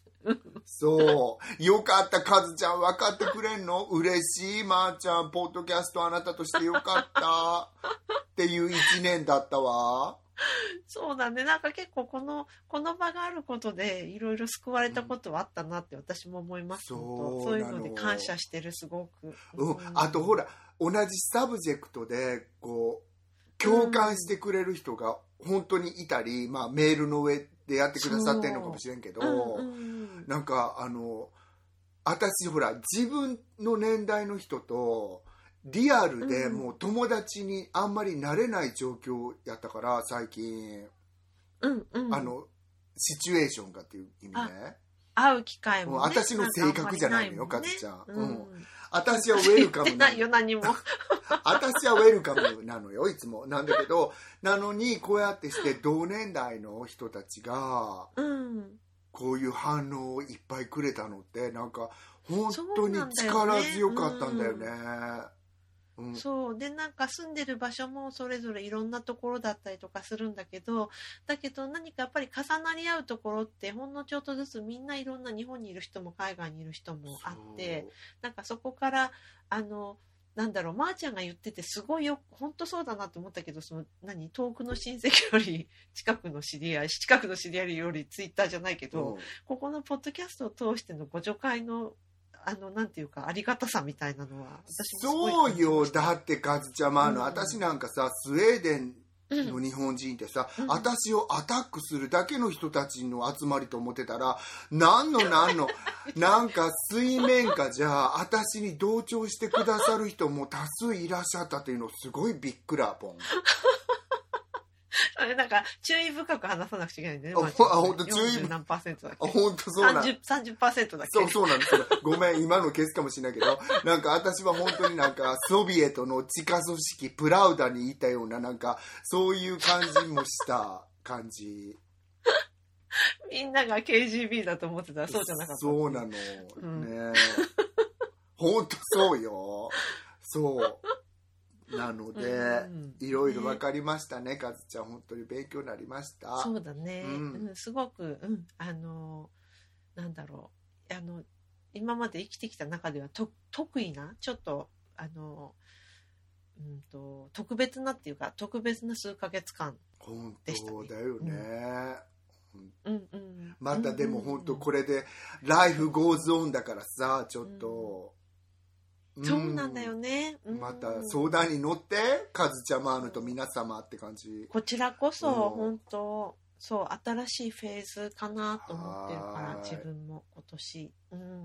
そうよかった、カズちゃん分かってくれんの嬉しい、まーちゃんポッドキャストあなたとしてよかったっていう一年だったわ。 そうだね。なんか結構このこの場があることでいろいろ救われたことはあったなって私も思います。 うん、 そう、そういうので感謝してる、すごく。 うん。あとほら、同じサブジェクトでこう共感してくれる人が本当にいたり、うん、まあメールの上でやってくださってるのかもしれんけど、うんうん、なんかあの私ほら自分の年代の人とリアルでもう友達にあんまりなれない状況やったから最近、 うんうん、 あのシチュエーションがっていう意味ね、 会う機会も、ね、 私の性格じゃないのよ、カズちゃん、うん、私はウェルカムなよ何も私はウェルカムなのよいつもなんだけど、なのにこうやってして同年代の人たちがこういう反応をいっぱいくれたのってなんか本当に力強かったんだよね。うん、 そうで、なんか住んでる場所もそれぞれいろんなところだったりとかするんだけど、だけど何かやっぱり重なり合うところってほんのちょっとずつみんないろんな日本にいる人も海外にいる人もあって、なんかそこからあのなんだろう、まーちゃんが言っててすごいよ、本当そうだなと思ったけど、その何遠くの親戚より近くの知り合い近くの知り合いよりツイッターじゃないけど、うん、ここのポッドキャストを通してのご助会のあのなんていうかありがたさみたいなのは私もすごい感じました。 そうよ、だってカズちゃん、まあ、あの、うん、私なんかさスウェーデンの日本人ってさ、うん、私をアタックするだけの人たちの集まりと思ってたら、なんのなんのなんか水面下じゃ私に同調してくださる人も多数いらっしゃったというのすごいびっくらぽんあれなんか注意深く話さなくちゃいけないんだよね。 あ、本当注意何パーセントだっけ？ あ、本当そうなん。 さんじゅっパーセントだっけ？ そうそうなんですよ。ごめん、今の消すかもしれないけど、なんか私は本当になんかソビエトの地下組織プラウダにいたようななんかそういう感じもした感じ。 みんなが ケージービー だと思ってたらそうじゃなかった。 そうなの、うん、ね。本当そうよ。そう。なので、うんうん、いろいろ分かりましたね、カズちゃん。本当に勉強になりました。 そうだね、うんうん、すごく、うん、あのなんだろう、あの今まで生きてきた中ではと得意なちょっとあの、うんと、特別なっていうか特別な数ヶ月間でしたね。 本当だよね、 うんうんうん、 またでも本当これでライフゴーズオンだからさ、ちょっと、 うん、そうなんだよね、 うん、また相談に乗ってカズちゃまーのと皆様って感じ。 こちらこそ、うん、本当そう新しいフェーズかなと思ってるから自分も今年、うんうんうんうん、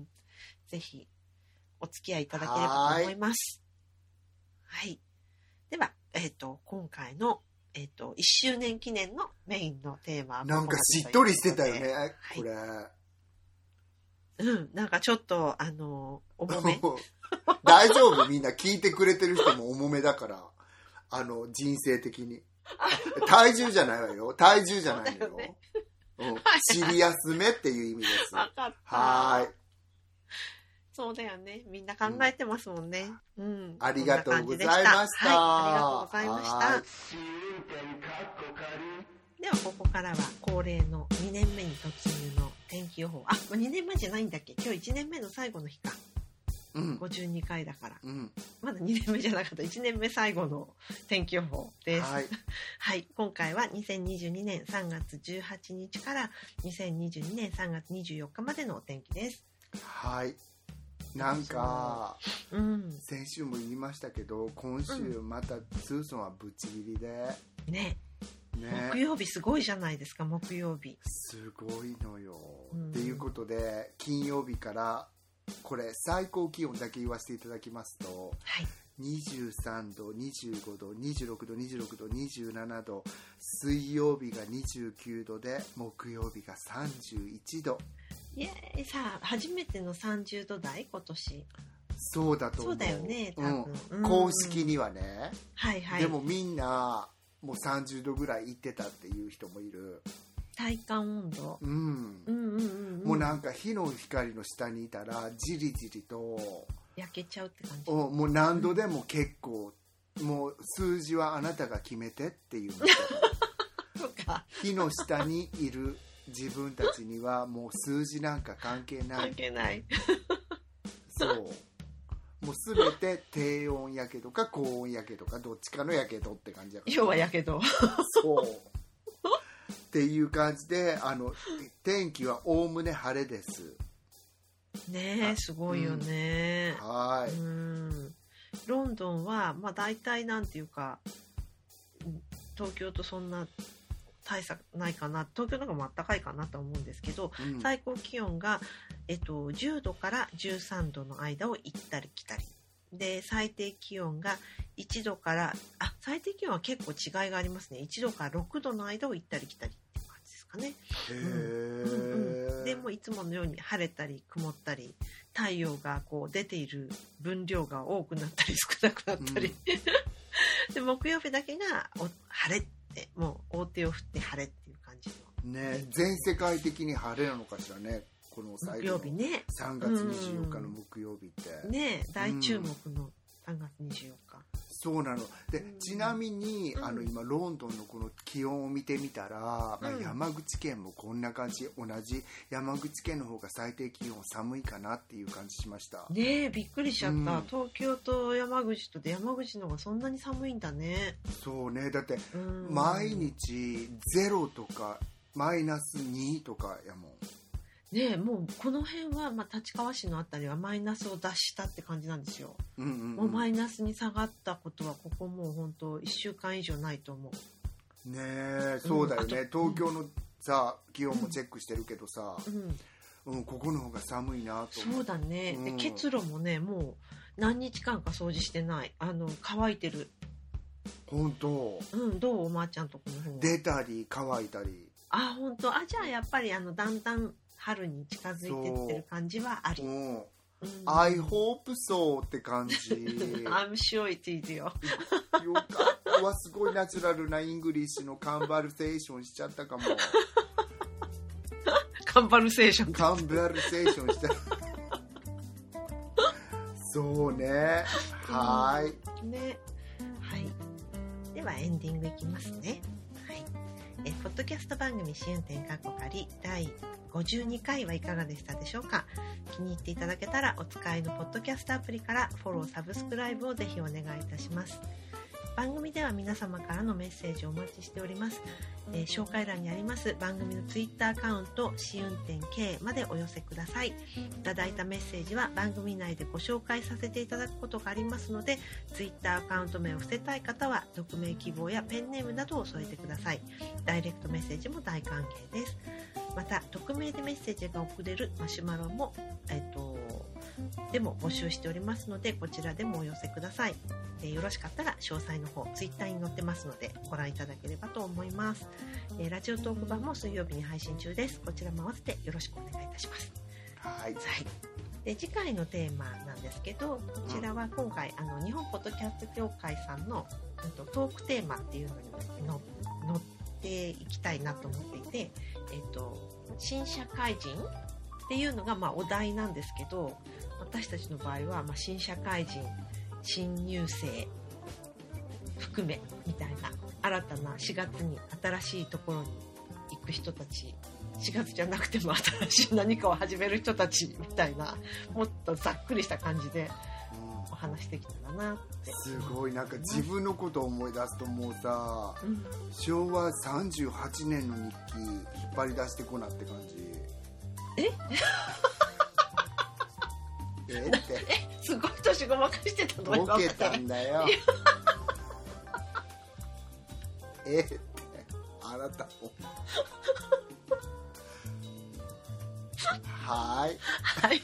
ぜひお付き合いいただければと思います。はい、はい、では、えーと、今回の、えーと、いっしゅうねん記念のメインのテーマはなんかしっとりしてたよね、はい、これ。 うん、なんかちょっとあの重め大丈夫、みんな聞いてくれてる人も重めだからあの人生的に体重じゃないわよ、体重じゃないのよ、ね、うん、シリアスめっていう意味です。 分かった。 はい、 そうだよね、みんな考えてますもんね、うんうん、 ありがとうございました。はい、 ありがとうございました。ではここからは恒例のにねんめに突入の天気予報。あ、にねんめじゃないんだっけ、今日いちねんめの最後の日か、うん、ごじゅうにかいだから、うん、まだにねんめじゃなかった、いちねんめ最後の天気予報です。はい、はい、今回はにせんにじゅうにねんさんがつじゅうはちにちからにせんにじゅうにねんさんがつにじゅうよっかまでのお天気です。 はい、なんか、 うん、 先週も言いましたけど今週またツーソンはぶっちぎりで、 うん、ねね、木曜日すごいじゃないですか。木曜日すごいのよ、うん、っていうことで金曜日からこれ最高気温だけ言わせていただきますと、 はい、 にじゅうさんど、にじゅうごど、にじゅうろくど、にじゅうろくど、にじゅうななど、水曜日がにじゅうきゅうどで木曜日がさんじゅういちど。 イエーイ。さあ初めてのさんじゅうど台今年。 そうだと思う。 そうだよね、多分、 うん、公式にはね、うん、 はいはい、 でもみんなもうさんじゅうどぐらい行ってたっていう人もいる。 体感温度、 うん、うんうんうん、もうなんか日の光の下にいたらじりじりと焼けちゃうって感じ。 もう何度でも結構、うん、もう数字はあなたが決めてっていう日の下にいる自分たちにはもう数字なんか関係ない。 関係ないそう、ももう全て低温やけどか高温やけどかどっちかのやけどって感じだから。 要はやけど。 そうっていう感じで、あの天気はおおむね晴れです。 ねえ、すごいよね。 うん、はい。 うん。ロンドンはまあ大体なんていうか、東京とそんな大差ないかな、東京の方がも暖かいかなと思うんですけど、うん、最高気温が、えっと、じゅうどからじゅうさんどの間を行ったり来たりで、最低気温がいちどからあ最低気温は結構違いがありますね。いちどからろくどの間を行ったり来たりって感じですかね。 へー、 うんうん、でもいつものように晴れたり曇ったり、太陽がこう出ている分量が多くなったり少なくなったり、うん、で木曜日だけがお晴れってもう大手を振って晴れっていう感じのね。全世界的に晴れなのかしらね、この最後のさんがつにじゅうよっかの木曜日って、 うん、ね大注目のさんがつにじゅうよっか、 そうなので、うん、ちなみに、うん、あの今ロンドンのこの気温を見てみたら、まあ、山口県もこんな感じ、同じ山口県の方が最低気温寒いかなっていう感じしました。 ねえ、びっくりしちゃった、うん、東京と山口とで山口の方がそんなに寒いんだね。 そうね、だって、うん、毎日ゼロとかマイナスにとかやもんねえ。もうこの辺は、まあ、立川市のあたりはマイナスを脱したって感じなんですよ、うんうんうん、もうマイナスに下がったことはここもう本当いっしゅうかん以上ないと思う。 ねえ、そうだよね、うん、東京のさ気温もチェックしてるけどさ、うんうん、ここの方が寒いなと思う。 そうだね、うん、で結露もねもう何日間か掃除してない、あの乾いてる。 本当？ うん、どうおばあちゃんとこの方は出たり乾いたり。 あ、本当。あ、じゃあやっぱりあのだんだん春に近づいてってる感じはある。うん、 I hope so って感じ。 I'm sure it is よ。 よかったわ、すごいナチュラルなイングリッシュのカンバルセーションしちゃったかも。 カンバルセーション。 カンバルセーションしちゃった。そうね。はい。 ね。はい。ではエンディングいきますね。はい。えポッドキャスト番組試運転かっこかりだいごじゅうにかいはいかがでしたでしょうか。気に入っていただけたらお使いのポッドキャストアプリからフォローサブスクライブをぜひお願いいたします。番組では皆様からのメッセージをお待ちしております。えー、紹介欄にあります番組のツイッターアカウント試運転 K までお寄せください。いただいたメッセージは番組内でご紹介させていただくことがありますので、ツイッターアカウント名を伏せたい方は匿名希望やペンネームなどを添えてください。ダイレクトメッセージも大歓迎です。また匿名でメッセージが送れるマシュマロも、えっと、でも募集しておりますので、こちらでもお寄せください。えー、よろしかったら詳細の方ツイッターに載ってますのでご覧いただければと思います。えー、ラジオトーク版も水曜日に配信中です。こちらも合わせてよろしくお願いいたします。 はい、はい、 で次回のテーマなんですけど、こちらは今回あの日本ポッドキャスト協会さんのトークテーマっていうのにの載っていきたいなと思っていて、えっと、新社会人っていうのがまあお題なんですけど、私たちの場合はまあ新社会人、新入生含めみたいな、新たなしがつに新しいところに行く人たち、しがつじゃなくても新しい何かを始める人たちみたいな、もっとざっくりした感じでお話できたらなって。 すごい、なんか自分のことを思い出すともうさ、うん、しょうわさんじゅうはちねんの日記引っ張り出してこなって感じ。 ええってえ、すごい年ごまかしてたの。 ボケたんだよ。えってあなたもはいはい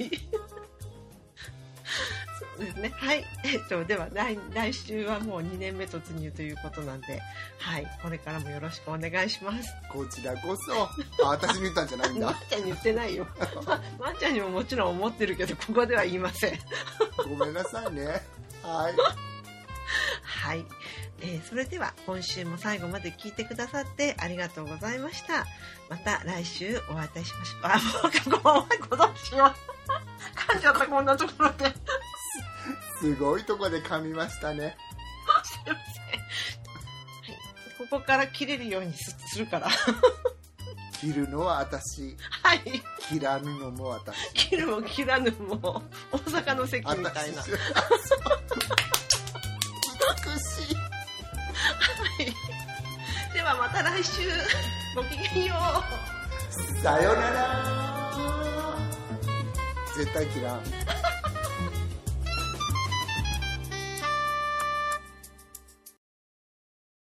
そうですね。はい。えっと、では来、来週はもうにねんめ突入ということなんで、はい。これからもよろしくお願いします。 こちらこそ。あ、私に言ったんじゃないんだ。 まーちゃんに言ってないよ。ま、まーちゃんにももちろん思ってるけど、ここでは言いません。 ごめんなさいね。はい。 はい。えー、それでは今週も最後まで聞いてくださってありがとうございました。また来週お会いいたしましょう。あ、もうごめん、こどうしよう。噛んじゃった、こんなところで。 すごいとこで噛みましたね。 すいません。はい。ここから切れるようにするから。 切るのは私。 はい。 切らぬのも私。 切るも切らぬも大阪の席みたいな。美しい。 はい。ではまた来週。ごきげんよう。さよなら。絶対切らん。